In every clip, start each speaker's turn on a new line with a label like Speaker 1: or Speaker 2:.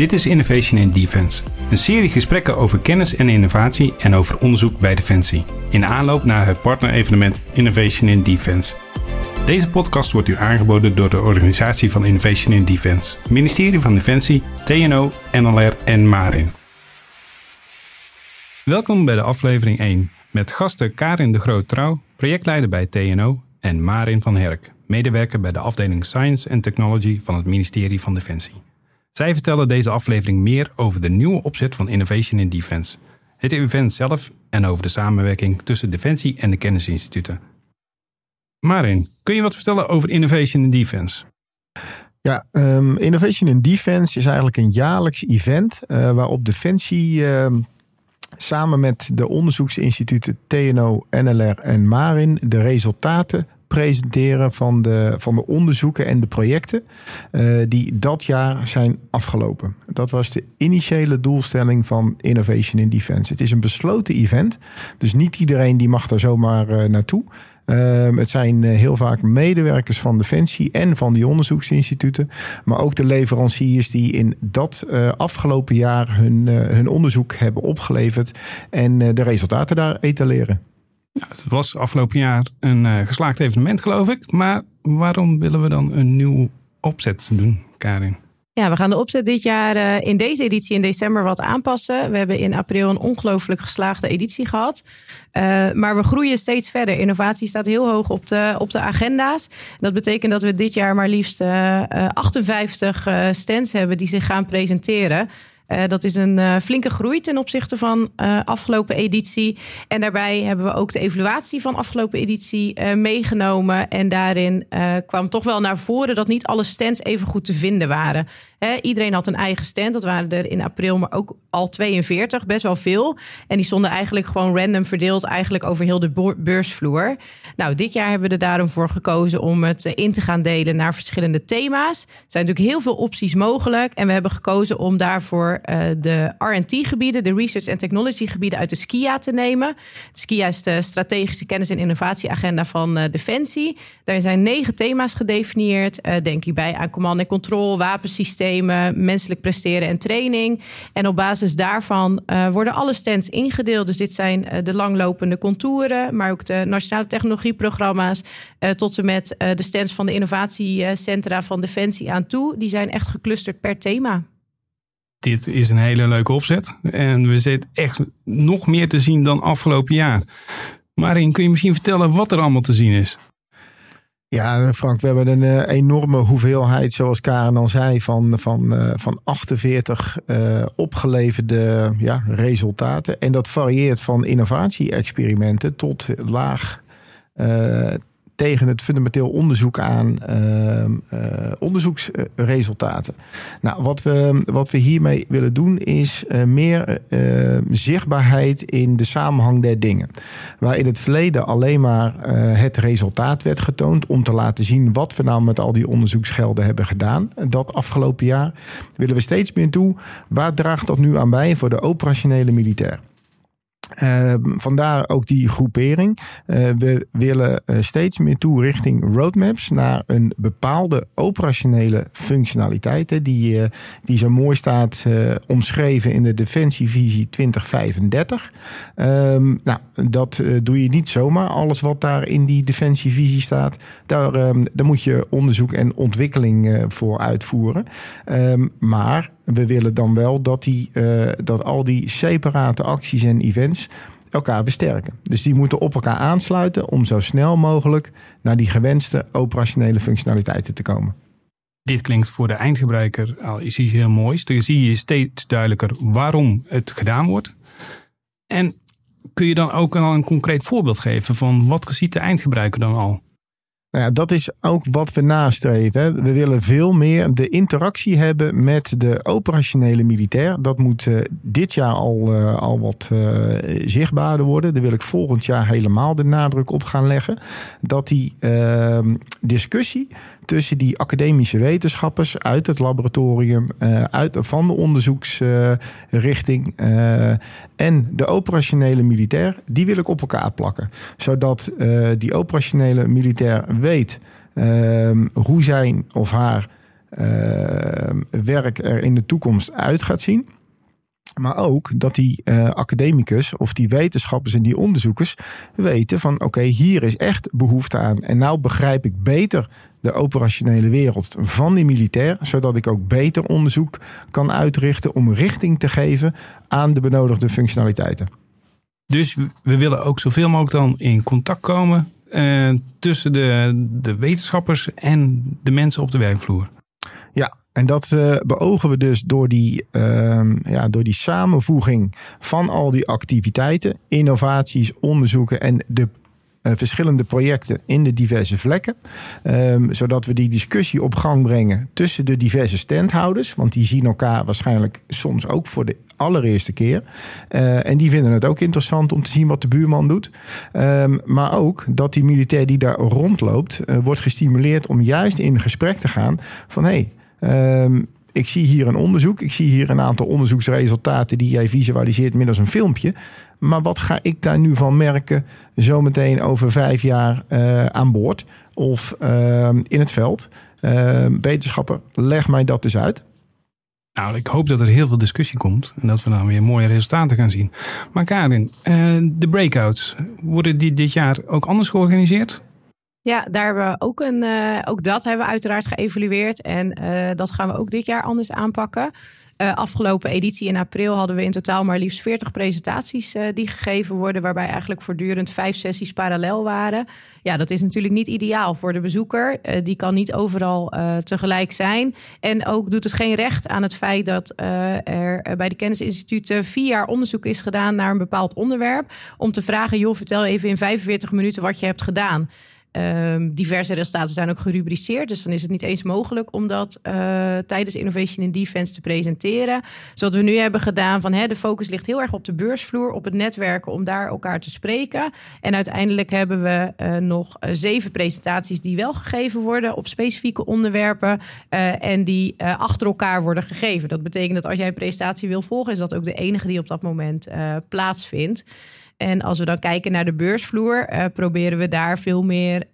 Speaker 1: Dit is Innovation in Defense, een serie gesprekken over kennis en innovatie en over onderzoek bij Defensie, in aanloop naar het partnerevenement Innovation in Defense. Deze podcast wordt u aangeboden door de organisatie van Innovation in Defense, Ministerie van Defensie, TNO, NLR en Marin. Welkom bij de aflevering 1, met gasten Karin de Groot-Trouw, projectleider bij TNO, en Marin van Herk, medewerker bij de afdeling Science and Technology van het Ministerie van Defensie. Zij vertellen deze aflevering meer over de nieuwe opzet van Innovation in Defense, het event zelf en over de samenwerking tussen Defensie en de kennisinstituten. Marin, kun je wat vertellen over Innovation in Defense?
Speaker 2: Ja, Innovation in Defense is eigenlijk een jaarlijks event waarop Defensie samen met de onderzoeksinstituten TNO, NLR en Marin de resultaten presenteren van de onderzoeken en de projecten die dat jaar zijn afgelopen. Dat was de initiële doelstelling van Innovation in Defense. Het is een besloten event, dus niet iedereen die mag daar zomaar naartoe. Het zijn heel vaak medewerkers van Defensie en van die onderzoeksinstituten, maar ook de leveranciers die in dat afgelopen jaar hun onderzoek hebben opgeleverd en de resultaten daar etaleren.
Speaker 1: Ja, het was afgelopen jaar een geslaagd evenement, geloof ik. Maar waarom willen we dan een nieuw opzet doen, Karin?
Speaker 3: Ja, we gaan de opzet dit jaar in deze editie in december wat aanpassen. We hebben in april een ongelooflijk geslaagde editie gehad. Maar we groeien steeds verder. Innovatie staat heel hoog op de agenda's. Dat betekent dat we dit jaar maar liefst 58 stands hebben die zich gaan presenteren. Dat is een flinke groei ten opzichte van afgelopen editie. En daarbij hebben we ook de evaluatie van afgelopen editie meegenomen. En daarin kwam toch wel naar voren dat niet alle stands even goed te vinden waren. Iedereen had een eigen stand. Dat waren er in april, maar ook al 42. Best wel veel. En die stonden eigenlijk gewoon random verdeeld eigenlijk over heel de beursvloer. Nou, dit jaar hebben we er daarom voor gekozen om het in te gaan delen naar verschillende thema's. Er zijn natuurlijk heel veel opties mogelijk. En we hebben gekozen om daarvoor de R&T-gebieden, de Research and Technology-gebieden uit de SKIA te nemen. De SKIA is de strategische kennis- en innovatieagenda van Defensie. Daar zijn 9 thema's gedefinieerd. Denk hierbij aan command en control, wapensystemen, menselijk presteren en training. En op basis daarvan worden alle stands ingedeeld. Dus dit zijn de langlopende contouren, maar ook de nationale technologieprogramma's, tot en met de stands van de innovatiecentra van Defensie aan toe. Die zijn echt geclusterd per thema.
Speaker 1: Dit is een hele leuke opzet. En we zitten echt nog meer te zien dan afgelopen jaar. Marin, kun je misschien vertellen wat er allemaal te zien is?
Speaker 2: Ja, Frank, we hebben een enorme hoeveelheid, zoals Karen al zei, van 48 opgeleverde resultaten. En dat varieert van innovatie-experimenten tot laag tegen het fundamenteel onderzoek aan onderzoeksresultaten. Nou, wat we hiermee willen doen is meer zichtbaarheid in de samenhang der dingen. Waar in het verleden alleen maar het resultaat werd getoond om te laten zien wat we nou met al die onderzoeksgelden hebben gedaan. Dat afgelopen jaar willen we steeds meer toe. Waar draagt dat nu aan bij voor de operationele militair? Vandaar ook die groepering. We willen steeds meer toe richting roadmaps naar een bepaalde operationele functionaliteiten die zo mooi staat omschreven in de Defensievisie 2035. Nou, dat doe je niet zomaar. Alles wat daar in die Defensievisie staat, daar moet je onderzoek en ontwikkeling voor uitvoeren. Maar we willen dan wel dat al die separate acties en events elkaar versterken. Dus die moeten op elkaar aansluiten om zo snel mogelijk naar die gewenste operationele functionaliteiten te komen.
Speaker 1: Dit klinkt voor de eindgebruiker al iets heel moois. Dan zie je steeds duidelijker waarom het gedaan wordt. En kun je dan ook al een concreet voorbeeld geven van wat ziet de eindgebruiker dan al?
Speaker 2: Nou ja, dat is ook wat we nastreven. We willen veel meer de interactie hebben met de operationele militair. Dat moet dit jaar al wat zichtbaarder worden. Daar wil ik volgend jaar helemaal de nadruk op gaan leggen. Dat die discussie tussen die academische wetenschappers uit het laboratorium, van de onderzoeksrichting en de operationele militair, die wil ik op elkaar plakken. Zodat die operationele militair weet hoe zijn of haar werk er in de toekomst uit gaat zien. Maar ook dat die academicus of die wetenschappers en die onderzoekers weten van oké, hier is echt behoefte aan. En nou begrijp ik beter de operationele wereld van die militair, zodat ik ook beter onderzoek kan uitrichten om richting te geven aan de benodigde functionaliteiten.
Speaker 1: Dus we willen ook zoveel mogelijk dan in contact komen tussen de wetenschappers en de mensen op de werkvloer.
Speaker 2: Ja, en dat beogen we dus door die samenvoeging van al die activiteiten, innovaties, onderzoeken en de verschillende projecten in de diverse vlekken. Zodat we die discussie op gang brengen tussen de diverse standhouders. Want die zien elkaar waarschijnlijk soms ook voor de allereerste keer. En die vinden het ook interessant om te zien wat de buurman doet. Maar ook dat die militair die daar rondloopt wordt gestimuleerd om juist in gesprek te gaan van ik zie hier een onderzoek. Ik zie hier een aantal onderzoeksresultaten die jij visualiseert middels een filmpje. Maar wat ga ik daar nu van merken zometeen over 5 jaar aan boord of in het veld? Wetenschapper, leg mij dat dus uit.
Speaker 1: Nou, ik hoop dat er heel veel discussie komt en dat we dan weer mooie resultaten gaan zien. Maar Karin, de breakouts, worden die dit jaar ook anders georganiseerd?
Speaker 3: Ja, daar hebben we ook dat hebben we uiteraard geëvalueerd. En dat gaan we ook dit jaar anders aanpakken. Afgelopen editie in april hadden we in totaal maar liefst 40 presentaties die gegeven worden, waarbij eigenlijk voortdurend 5 sessies parallel waren. Ja, dat is natuurlijk niet ideaal voor de bezoeker. Die kan niet overal tegelijk zijn. En ook doet het geen recht aan het feit dat er bij de kennisinstituten 4 jaar onderzoek is gedaan naar een bepaald onderwerp. Om te vragen, joh, vertel even in 45 minuten wat je hebt gedaan. Diverse resultaten zijn ook gerubriceerd. Dus dan is het niet eens mogelijk om dat tijdens Innovation in Defense te presenteren. Zoals we nu hebben gedaan van de focus ligt heel erg op de beursvloer, op het netwerken om daar elkaar te spreken. En uiteindelijk hebben we nog 7 presentaties die wel gegeven worden op specifieke onderwerpen. En die achter elkaar worden gegeven. Dat betekent dat als jij een presentatie wil volgen, is dat ook de enige die op dat moment plaatsvindt. En als we dan kijken naar de beursvloer, proberen we daar veel meer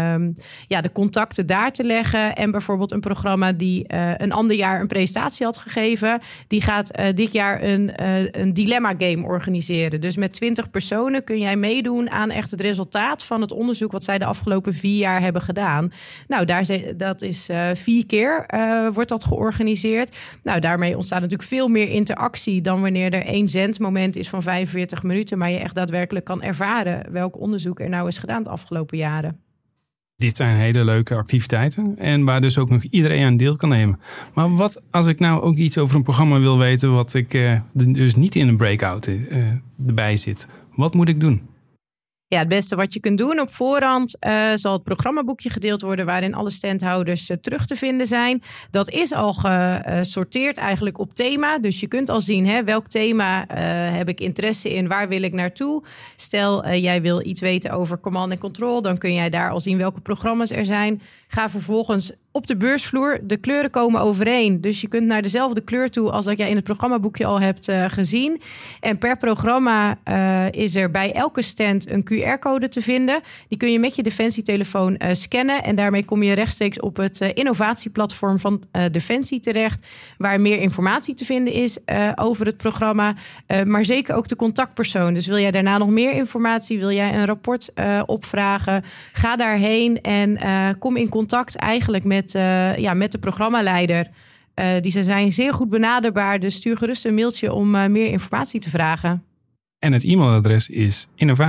Speaker 3: de contacten daar te leggen. En bijvoorbeeld een programma die een ander jaar een presentatie had gegeven, die gaat dit jaar een dilemma game organiseren. Dus met 20 personen kun jij meedoen aan echt het resultaat van het onderzoek wat zij de afgelopen 4 jaar hebben gedaan. Nou, dat is 4 keer wordt dat georganiseerd. Nou, daarmee ontstaat natuurlijk veel meer interactie dan wanneer er 1 zendmoment is van 45 minuten, maar je echt daadwerkelijk kan ervaren welk onderzoek er nou is gedaan de afgelopen jaren.
Speaker 1: Dit zijn hele leuke activiteiten en waar dus ook nog iedereen aan deel kan nemen. Maar wat als ik nou ook iets over een programma wil weten wat ik dus niet in een breakout erbij zit? Wat moet ik doen?
Speaker 3: Ja, het beste wat je kunt doen op voorhand zal het programmaboekje gedeeld worden waarin alle standhouders terug te vinden zijn. Dat is al gesorteerd eigenlijk op thema. Dus je kunt al zien welk thema heb ik interesse in, waar wil ik naartoe. Stel jij wil iets weten over command en control, dan kun jij daar al zien welke programma's er zijn. Ga vervolgens op de beursvloer. De kleuren komen overeen. Dus je kunt naar dezelfde kleur toe als dat jij in het programmaboekje al hebt gezien. En per programma is er bij elke stand een QR-code te vinden. Die kun je met je Defensie-telefoon scannen. En daarmee kom je rechtstreeks op het innovatieplatform van Defensie terecht. Waar meer informatie te vinden is over het programma. Maar zeker ook de contactpersoon. Dus wil jij daarna nog meer informatie? Wil jij een rapport opvragen? Ga daarheen en kom in contact eigenlijk met de programmaleider. Die zijn zeer goed benaderbaar. Dus stuur gerust een mailtje om meer informatie te vragen.
Speaker 1: En het e-mailadres is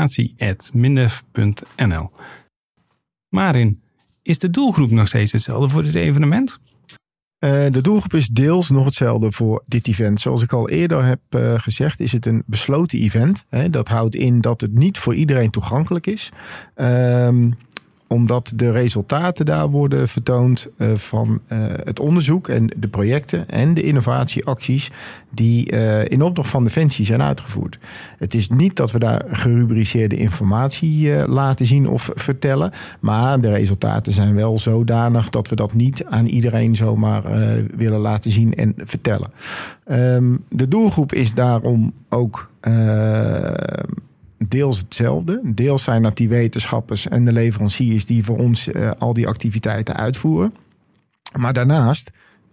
Speaker 1: innovatie@mindef.nl. Marin, is de doelgroep nog steeds hetzelfde voor dit evenement?
Speaker 2: De doelgroep is deels nog hetzelfde voor dit event. Zoals ik al eerder heb gezegd, is het een besloten event. Dat houdt in dat het niet voor iedereen toegankelijk is. Omdat de resultaten daar worden vertoond van het onderzoek en de projecten en de innovatieacties die in opdracht van Defensie zijn uitgevoerd. Het is niet dat we daar gerubriceerde informatie laten zien of vertellen, maar de resultaten zijn wel zodanig dat we dat niet aan iedereen zomaar willen laten zien en vertellen. De doelgroep is daarom ook deels hetzelfde. Deels zijn dat die wetenschappers en de leveranciers die voor ons al die activiteiten uitvoeren. Maar daarnaast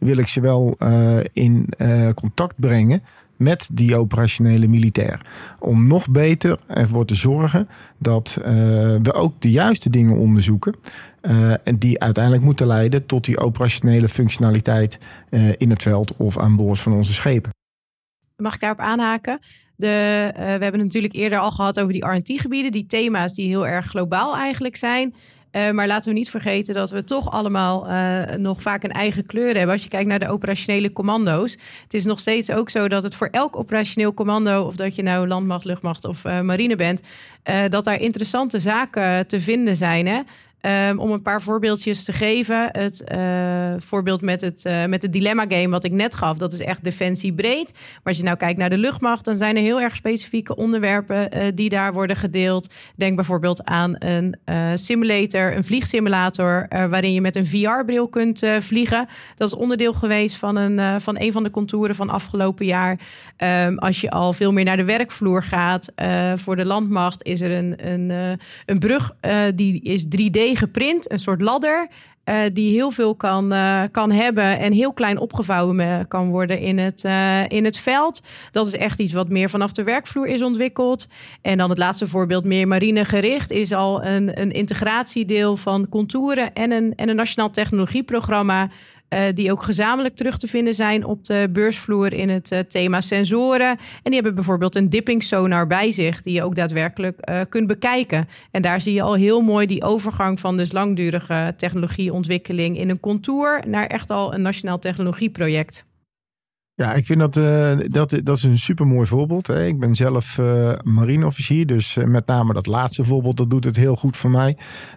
Speaker 2: wil ik ze wel in contact brengen met die operationele militair. Om nog beter ervoor te zorgen dat we ook de juiste dingen onderzoeken. En die uiteindelijk moeten leiden tot die operationele functionaliteit in het veld of aan boord van onze schepen.
Speaker 3: Mag ik daarop aanhaken? We hebben het natuurlijk eerder al gehad over die R&T-gebieden. Die thema's die heel erg globaal eigenlijk zijn. Maar laten we niet vergeten dat we toch allemaal nog vaak een eigen kleur hebben. Als je kijkt naar de operationele commando's. Het is nog steeds ook zo dat het voor elk operationeel commando, of dat je nou landmacht, luchtmacht of marine bent, dat daar interessante zaken te vinden zijn. Hè? Om een paar voorbeeldjes te geven. Het voorbeeld met het dilemma game wat ik net gaf. Dat is echt defensiebreed. Maar als je nou kijkt naar de luchtmacht, dan zijn er heel erg specifieke onderwerpen die daar worden gedeeld. Denk bijvoorbeeld aan een simulator, een vliegsimulator, waarin je met een VR-bril kunt vliegen. Dat is onderdeel geweest van een van de contouren van afgelopen jaar. Als je al veel meer naar de werkvloer gaat, voor de landmacht is er een brug die is 3D geprint, een soort ladder die heel veel kan hebben en heel klein opgevouwen kan worden in het veld. Dat is echt iets wat meer vanaf de werkvloer is ontwikkeld. En dan het laatste voorbeeld, meer marinegericht, is al een integratiedeel van contouren en een nationaal technologieprogramma die ook gezamenlijk terug te vinden zijn op de beursvloer in het thema sensoren. En die hebben bijvoorbeeld een dipping sonar bij zich die je ook daadwerkelijk kunt bekijken. En daar zie je al heel mooi die overgang van dus langdurige technologieontwikkeling in een contour naar echt al een nationaal technologieproject.
Speaker 2: Ja, ik vind dat is een supermooi voorbeeld. Hè. Ik ben zelf marineofficier, dus met name dat laatste voorbeeld, dat doet het heel goed voor mij.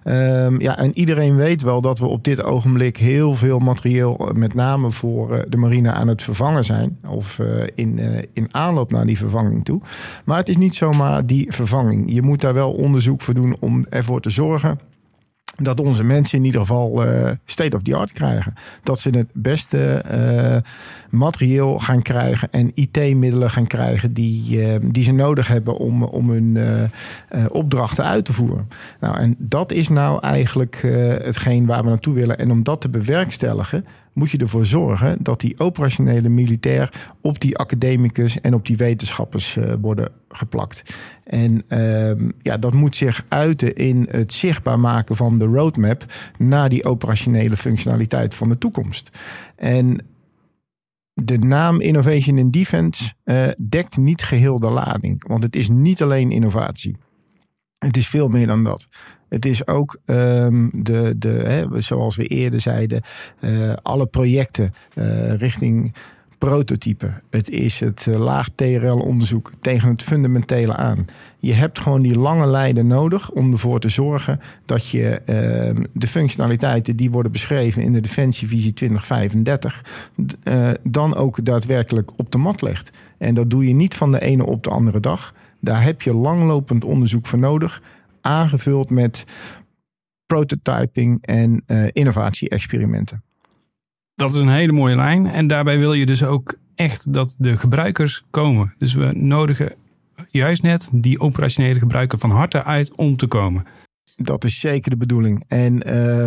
Speaker 2: En iedereen weet wel dat we op dit ogenblik heel veel materieel, met name voor de marine, aan het vervangen zijn. Of in aanloop naar die vervanging toe. Maar het is niet zomaar die vervanging. Je moet daar wel onderzoek voor doen om ervoor te zorgen dat onze mensen in ieder geval state of the art krijgen. Dat ze het beste materieel gaan krijgen en IT-middelen gaan krijgen die ze nodig hebben om hun opdrachten uit te voeren. Nou, en dat is nou eigenlijk hetgeen waar we naartoe willen. En om dat te bewerkstelligen, moet je ervoor zorgen dat die operationele militair op die academicus en op die wetenschappers worden geplakt. En dat moet zich uiten in het zichtbaar maken van de roadmap naar die operationele functionaliteit van de toekomst. En de naam Innovation in Defense dekt niet geheel de lading. Want het is niet alleen innovatie. Het is veel meer dan dat. Het is ook zoals we eerder zeiden, alle projecten richting prototype. Het is het laag TRL-onderzoek tegen het fundamentele aan. Je hebt gewoon die lange lijnen nodig om ervoor te zorgen dat je de functionaliteiten die worden beschreven in de Defensievisie 2035 dan ook daadwerkelijk op de mat legt. En dat doe je niet van de ene op de andere dag. Daar heb je langlopend onderzoek voor nodig, aangevuld met prototyping en innovatie-experimenten.
Speaker 1: Dat is een hele mooie lijn. En daarbij wil je dus ook echt dat de gebruikers komen. Dus we nodigen juist net die operationele gebruiker van harte uit om te komen.
Speaker 2: Dat is zeker de bedoeling. En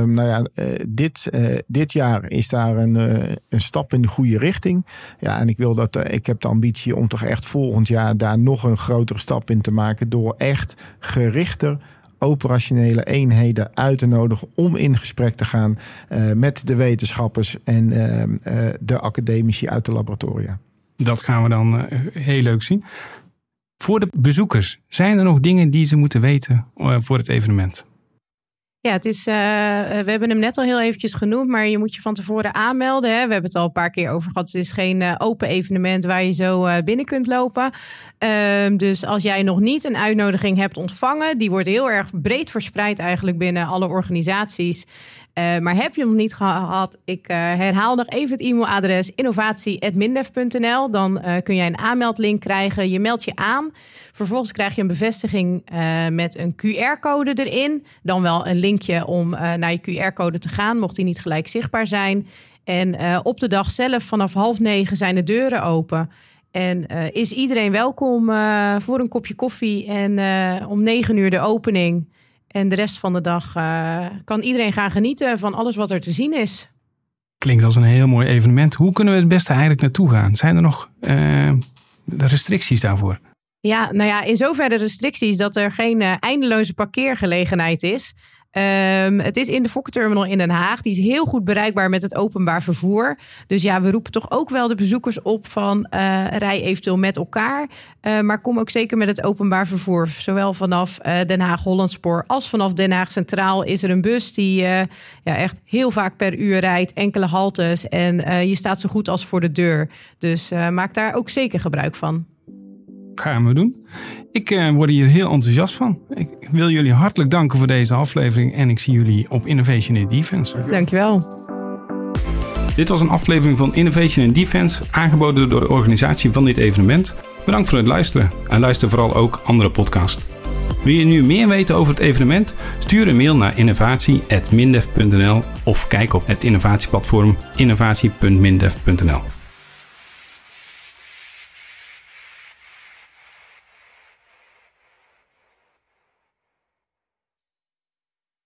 Speaker 2: dit jaar is daar een stap in de goede richting. Ja, en ik heb de ambitie om toch echt volgend jaar daar nog een grotere stap in te maken, door echt gerichter operationele eenheden uit te nodigen om in gesprek te gaan met de wetenschappers en de academici uit de laboratoria. Dat gaan we dan heel leuk zien.
Speaker 1: Voor de bezoekers, zijn er nog dingen die ze moeten weten voor het evenement?
Speaker 3: Ja, het is, we hebben hem net al heel eventjes genoemd, maar je moet je van tevoren aanmelden. Hè? We hebben het al een paar keer over gehad. Het is geen open evenement waar je zo binnen kunt lopen. Dus als jij nog niet een uitnodiging hebt ontvangen, die wordt heel erg breed verspreid eigenlijk binnen alle organisaties. Maar heb je hem nog niet gehad, ik herhaal nog even het e-mailadres innovatie@mindef.nl. Dan kun jij een aanmeldlink krijgen. Je meldt je aan. Vervolgens krijg je een bevestiging met een QR-code erin. Dan wel een linkje om naar je QR-code te gaan, mocht die niet gelijk zichtbaar zijn. En op de dag zelf vanaf 8:30 zijn de deuren open. En is iedereen welkom voor een kopje koffie en om 9:00 de opening. En de rest van de dag kan iedereen gaan genieten van alles wat er te zien is.
Speaker 1: Klinkt als een heel mooi evenement. Hoe kunnen we het beste eigenlijk naartoe gaan? Zijn er nog restricties daarvoor?
Speaker 3: Ja, nou ja, in zoverre restricties dat er geen eindeloze parkeergelegenheid is. Het is in de Fokkerterminal in Den Haag. Die is heel goed bereikbaar met het openbaar vervoer. Dus ja, we roepen toch ook wel de bezoekers op van rij eventueel met elkaar. Maar kom ook zeker met het openbaar vervoer. Zowel vanaf Den Haag Hollandspoor als vanaf Den Haag Centraal is er een bus die echt heel vaak per uur rijdt. Enkele haltes en je staat zo goed als voor de deur. Dus maak daar ook zeker gebruik van.
Speaker 1: Gaan we doen. Ik word hier heel enthousiast van. Ik wil jullie hartelijk danken voor deze aflevering en ik zie jullie op Innovation in Defense.
Speaker 3: Dankjewel.
Speaker 1: Dit was een aflevering van Innovation in Defense, aangeboden door de organisatie van dit evenement. Bedankt voor het luisteren en luister vooral ook andere podcasts. Wil je nu meer weten over het evenement? Stuur een mail naar innovatie@mindef.nl of kijk op het innovatieplatform innovatie.mindef.nl.